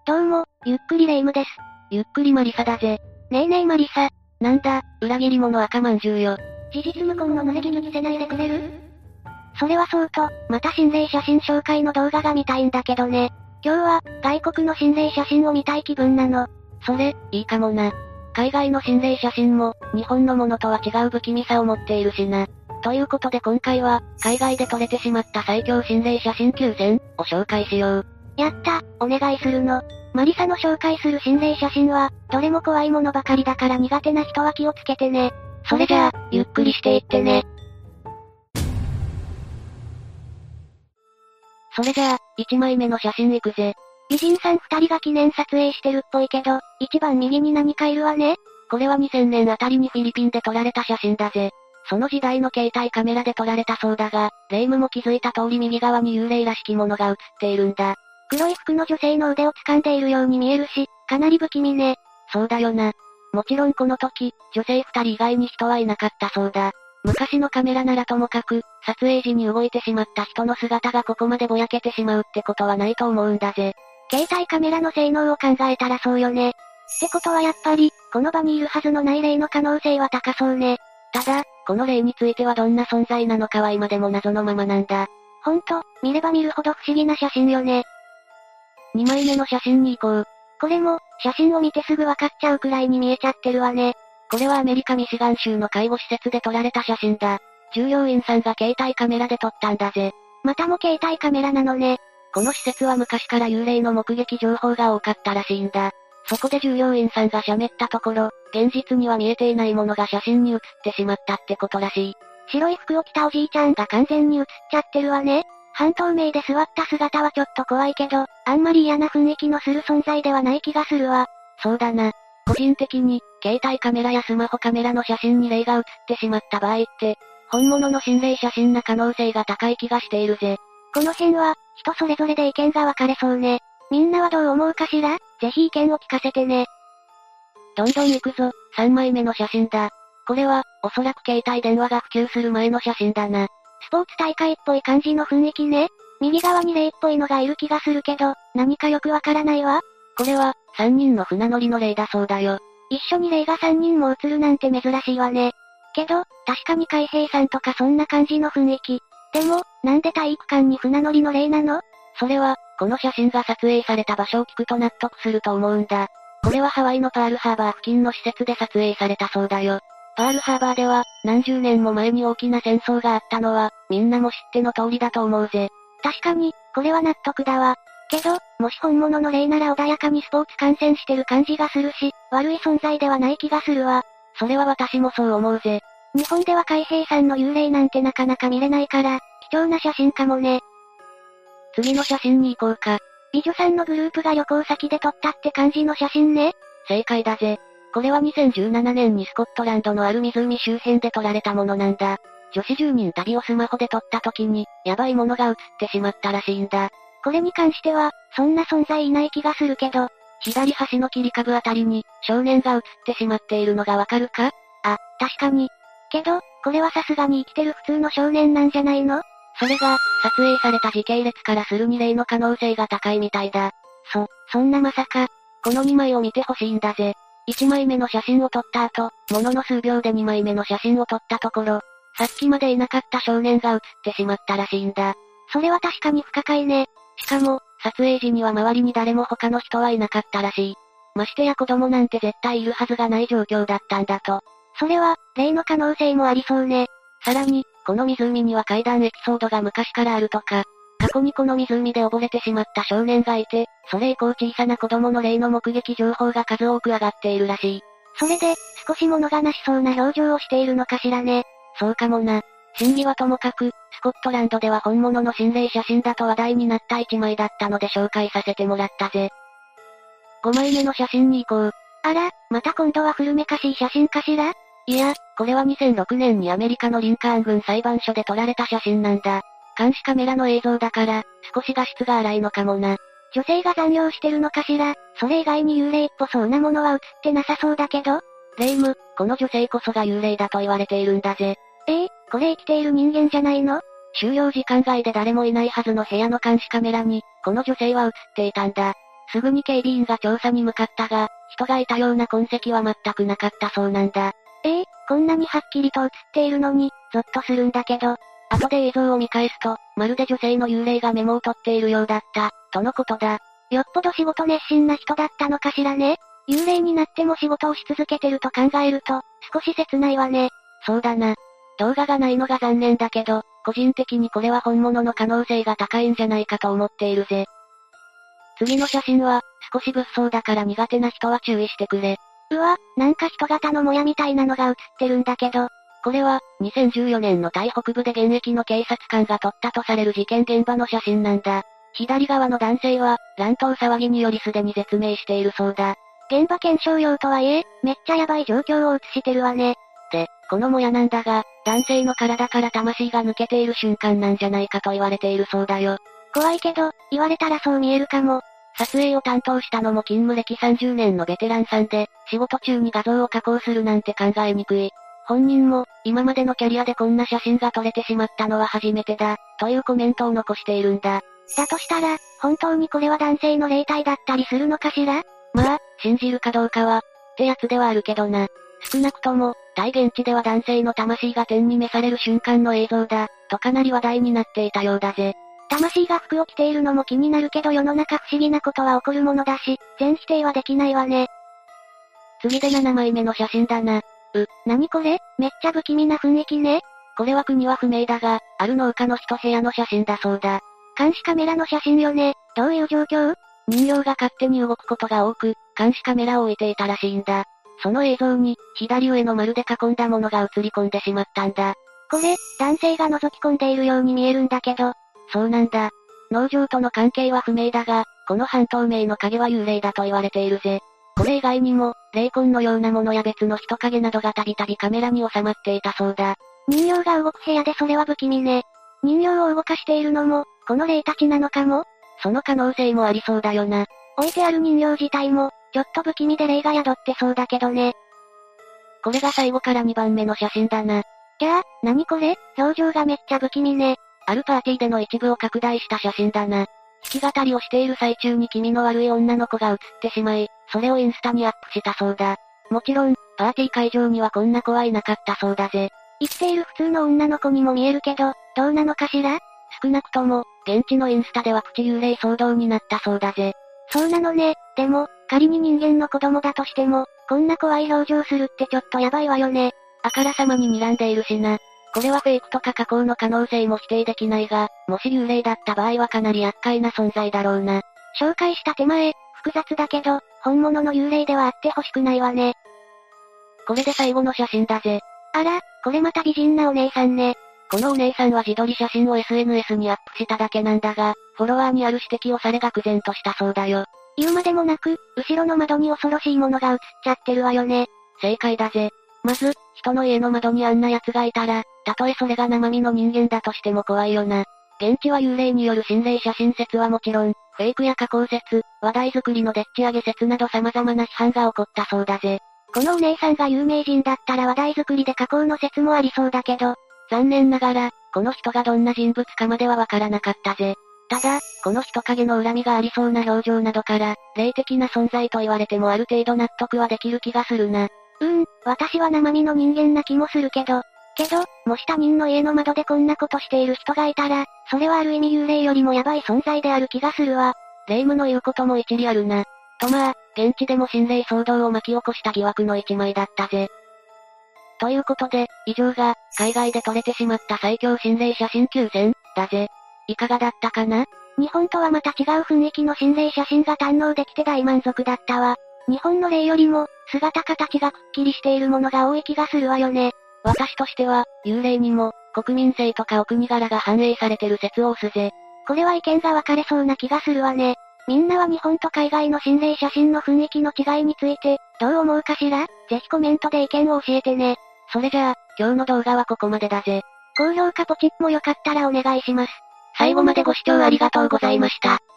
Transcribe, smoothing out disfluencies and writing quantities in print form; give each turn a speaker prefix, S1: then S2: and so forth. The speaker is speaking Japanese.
S1: どうも、ゆっくりレ夢ムです。
S2: ゆっくりマリサだぜ。
S1: ねえねえマリサ。
S2: なんだ、裏切り者赤まんじゅうよ。
S1: 事実無根の濡れ衣着せないでくれる？それはそうと、また心霊写真紹介の動画が見たいんだけどね。今日は、外国の心霊写真を見たい気分なの。
S2: それ、いいかもな。海外の心霊写真も、日本のものとは違う不気味さを持っているしな。ということで今回は、海外で撮れてしまった最強心霊写真9選を紹介しよう。
S1: やった、お願いするの。マリサの紹介する心霊写真は、どれも怖いものばかりだから苦手な人は気をつけてね。
S2: それじゃあ、ゆっくりしていってね。それじゃあ、1枚目の写真いくぜ。
S1: 美人さん2人が記念撮影してるっぽいけど、一番右に何かいるわね。
S2: これは2000年あたりにフィリピンで撮られた写真だぜ。その時代の携帯カメラで撮られたそうだが、レ夢ムも気づいた通り右側に幽霊らしきものが映っているんだ。
S1: 黒い服の女性の腕を掴んでいるように見えるし、かなり不気味ね。
S2: そうだよな。もちろんこの時、女性2人以外に人はいなかったそうだ。昔のカメラならともかく、撮影時に動いてしまった人の姿がここまでぼやけてしまうってことはないと思うんだぜ。
S1: 携帯カメラの性能を考えたらそうよね。ってことはやっぱり、この場にいるはずのない霊の可能性は高そうね。
S2: ただ、この霊についてはどんな存在なのかは今でも謎のままなんだ。
S1: ほんと、見れば見るほど不思議な写真よね。
S2: 2枚目の写真に行こう。
S1: これも、写真を見てすぐわかっちゃうくらいに見えちゃってるわね。
S2: これはアメリカミシガン州の介護施設で撮られた写真だ。従業員さんが携帯カメラで撮ったんだぜ。
S1: またも携帯カメラなのね。
S2: この施設は昔から幽霊の目撃情報が多かったらしいんだ。そこで従業員さんが喋ったところ、現実には見えていないものが写真に写ってしまったってことらしい。
S1: 白い服を着たおじいちゃんが完全に写っちゃってるわね。半透明で座った姿はちょっと怖いけど、あんまり嫌な雰囲気のする存在ではない気がするわ。
S2: そうだな。個人的に、携帯カメラやスマホカメラの写真に霊が写ってしまった場合って、本物の心霊写真な可能性が高い気がしているぜ。
S1: この辺は、人それぞれで意見が分かれそうね。みんなはどう思うかしら？ぜひ意見を聞かせてね。
S2: どんどん行くぞ、3枚目の写真だ。これは、おそらく携帯電話が普及する前の写真だな。
S1: スポーツ大会っぽい感じの雰囲気ね。右側に霊っぽいのがいる気がするけど、何かよくわからないわ。
S2: これは、3人の船乗りの霊だそうだよ。
S1: 一緒に霊が3人も映るなんて珍しいわね。けど、確かに海兵さんとかそんな感じの雰囲気。でも、なんで体育館に船乗りの霊なの？
S2: それは、この写真が撮影された場所を聞くと納得すると思うんだ。これはハワイのパールハーバー付近の施設で撮影されたそうだよ。パールハーバーでは、何十年も前に大きな戦争があったのは、みんなも知っての通りだと思うぜ。
S1: 確かに、これは納得だわ。けど、もし本物の霊なら穏やかにスポーツ観戦してる感じがするし、悪い存在ではない気がするわ。
S2: それは私もそう思うぜ。
S1: 日本では海兵さんの幽霊なんてなかなか見れないから、貴重な写真かもね。
S2: 次の写真に行こうか。
S1: 美女さんのグループが旅行先で撮ったって感じの写真ね。
S2: 正解だぜ。これは2017年にスコットランドのある湖周辺で撮られたものなんだ。女子10人旅をスマホで撮った時に、やばいものが映ってしまったらしいんだ。
S1: これに関しては、そんな存在いない気がするけど、
S2: 左端の切り株あたりに、少年が映ってしまっているのがわかるか？
S1: あ、確かに。けど、これはさすがに生きてる普通の少年なんじゃないの？
S2: それが、撮影された時系列からするに霊の可能性が高いみたいだ。
S1: そんなまさか。
S2: この2枚を見てほしいんだぜ。1枚目の写真を撮った後、ものの数秒で2枚目の写真を撮ったところ、さっきまでいなかった少年が写ってしまったらしいんだ。
S1: それは確かに不可解ね。
S2: しかも、撮影時には周りに誰も他の人はいなかったらしい。ましてや子供なんて絶対いるはずがない状況だったんだと。
S1: それは、霊の可能性もありそうね。
S2: さらに、この湖には怪談エピソードが昔からあるとか、過去にこの湖で溺れてしまった少年がいて、それ以降小さな子供の霊の目撃情報が数多く上がっているらしい。
S1: それで、少し物悲しそうな表情をしているのかしらね。
S2: そうかもな。真偽はともかく、スコットランドでは本物の心霊写真だと話題になった一枚だったので紹介させてもらったぜ。5枚目の写真に行こう。
S1: あら、また今度は古めかしい写真かしら？
S2: いや、これは2006年にアメリカのリンカーン郡裁判所で撮られた写真なんだ。監視カメラの映像だから、少し画質が荒いのかもな。
S1: 女性が残業してるのかしら？それ以外に幽霊っぽそうなものは映ってなさそうだけど。
S2: 霊夢、この女性こそが幽霊だと言われているんだぜ。
S1: これ生きている人間じゃないの？
S2: 終了時間外で誰もいないはずの部屋の監視カメラに、この女性は映っていたんだ。 すぐに警備員が調査に向かったが、人がいたような痕跡は全くなかったそうなんだ。
S1: こんなにはっきりと映っているのに、ゾッとするんだけど。
S2: 後で映像を見返すと、まるで女性の幽霊がメモを取っているようだった、とのことだ。
S1: よっぽど仕事熱心な人だったのかしらね。幽霊になっても仕事をし続けてると考えると、少し切ないわね。
S2: そうだな。動画がないのが残念だけど、個人的にこれは本物の可能性が高いんじゃないかと思っているぜ。次の写真は、少し物騒だから苦手な人は注意してくれ。
S1: うわ、なんか人型のもやみたいなのが写ってるんだけど。
S2: これは、2014年のタイ北部で現役の警察官が撮ったとされる事件現場の写真なんだ。左側の男性は、乱闘騒ぎによりすでに絶命しているそうだ。
S1: 現場検証用とはいえ、めっちゃヤバい状況を映してるわね。
S2: で、このもやなんだが、男性の体から魂が抜けている瞬間なんじゃないかと言われているそうだよ。
S1: 怖いけど、言われたらそう見えるかも。
S2: 撮影を担当したのも勤務歴30年のベテランさんで、仕事中に画像を加工するなんて考えにくい。本人も、今までのキャリアでこんな写真が撮れてしまったのは初めてだ、というコメントを残しているんだ。
S1: だとしたら、本当にこれは男性の霊体だったりするのかしら？
S2: まあ、信じるかどうかは、ってやつではあるけどな。少なくとも、タイ現地では男性の魂が天に召される瞬間の映像だ、とかなり話題になっていたようだぜ。
S1: 魂が服を着ているのも気になるけど世の中不思議なことは起こるものだし、全否定はできないわね。
S2: 次で7枚目の写真だな。
S1: 何これ？めっちゃ不気味な雰囲気ね。
S2: これは国は不明だが、ある農家の一部屋の写真だそうだ。
S1: 監視カメラの写真よね。どういう状況？
S2: 人形が勝手に動くことが多く、監視カメラを置いていたらしいんだ。その映像に、左上の丸で囲んだものが映り込んでしまったんだ。
S1: これ、男性が覗き込んでいるように見えるんだけど。
S2: そうなんだ。農場との関係は不明だが、この半透明の影は幽霊だと言われているぜ。これ以外にも、霊魂のようなものや別の人影などがたびたびカメラに収まっていたそうだ。
S1: 人形が動く部屋でそれは不気味ね。人形を動かしているのも、この霊たちなのかも？
S2: その可能性もありそうだよな。
S1: 置いてある人形自体も、ちょっと不気味で霊が宿ってそうだけどね。
S2: これが最後から2番目の写真だな。
S1: じゃあ、何これ？表情がめっちゃ不気味ね。
S2: あるパーティーでの一部を拡大した写真だな。弾き語りをしている最中に気味の悪い女の子が写ってしまい、それをインスタにアップしたそうだ。もちろん、パーティー会場にはこんな子はいなかったそうだぜ。
S1: 生きている普通の女の子にも見えるけど、どうなのかしら？
S2: 少なくとも、現地のインスタではプチ幽霊騒動になったそうだぜ。
S1: そうなのね。でも、仮に人間の子供だとしても、こんな怖い表情するってちょっとやばいわよね。
S2: あからさまに睨んでいるしな。これはフェイクとか加工の可能性も否定できないが、もし幽霊だった場合はかなり厄介な存在だろうな。
S1: 紹介した手前、複雑だけど、本物の幽霊ではあってほしくないわね。
S2: これで最後の写真だぜ。
S1: あら、これまた美人なお姉さんね。
S2: このお姉さんは自撮り写真を SNS にアップしただけなんだが、フォロワーにある指摘をされ愕然としたそうだよ。
S1: 言うまでもなく、後ろの窓に恐ろしいものが映っちゃってるわよね。
S2: 正解だぜ。まず、人の家の窓にあんな奴がいたら、たとえそれが生身の人間だとしても怖いよな。現地は幽霊による心霊写真説はもちろん、フェイクや加工説、話題作りのでっち上げ説など様々な批判が起こったそうだぜ。
S1: このお姉さんが有名人だったら話題作りで加工の説もありそうだけど、
S2: 残念ながら、この人がどんな人物かまではわからなかったぜ。ただ、この人影の恨みがありそうな表情などから、霊的な存在と言われてもある程度納得はできる気がするな。
S1: 私は生身の人間な気もするけど、もし他人の家の窓でこんなことしている人がいたら、それはある意味幽霊よりもヤバい存在である気がするわ。
S2: 霊夢の言うことも一理あるな。とまあ、現地でも心霊騒動を巻き起こした疑惑の一枚だったぜ。ということで、以上が、海外で撮れてしまった最強心霊写真9選、だぜ。いかがだったかな？
S1: 日本とはまた違う雰囲気の心霊写真が堪能できて大満足だったわ。日本の霊よりも、姿形がくっきりしているものが多い気がするわよね。
S2: 私としては、幽霊にも、国民性とかお国柄が反映されてる説を押すぜ。
S1: これは意見が分かれそうな気がするわね。みんなは日本と海外の心霊写真の雰囲気の違いについて、どう思うかしら？ぜひコメントで意見を教えてね。
S2: それじゃあ、今日の動画はここまでだぜ。
S1: 高評価ポチッもよかったらお願いします。
S2: 最後までご視聴ありがとうございました。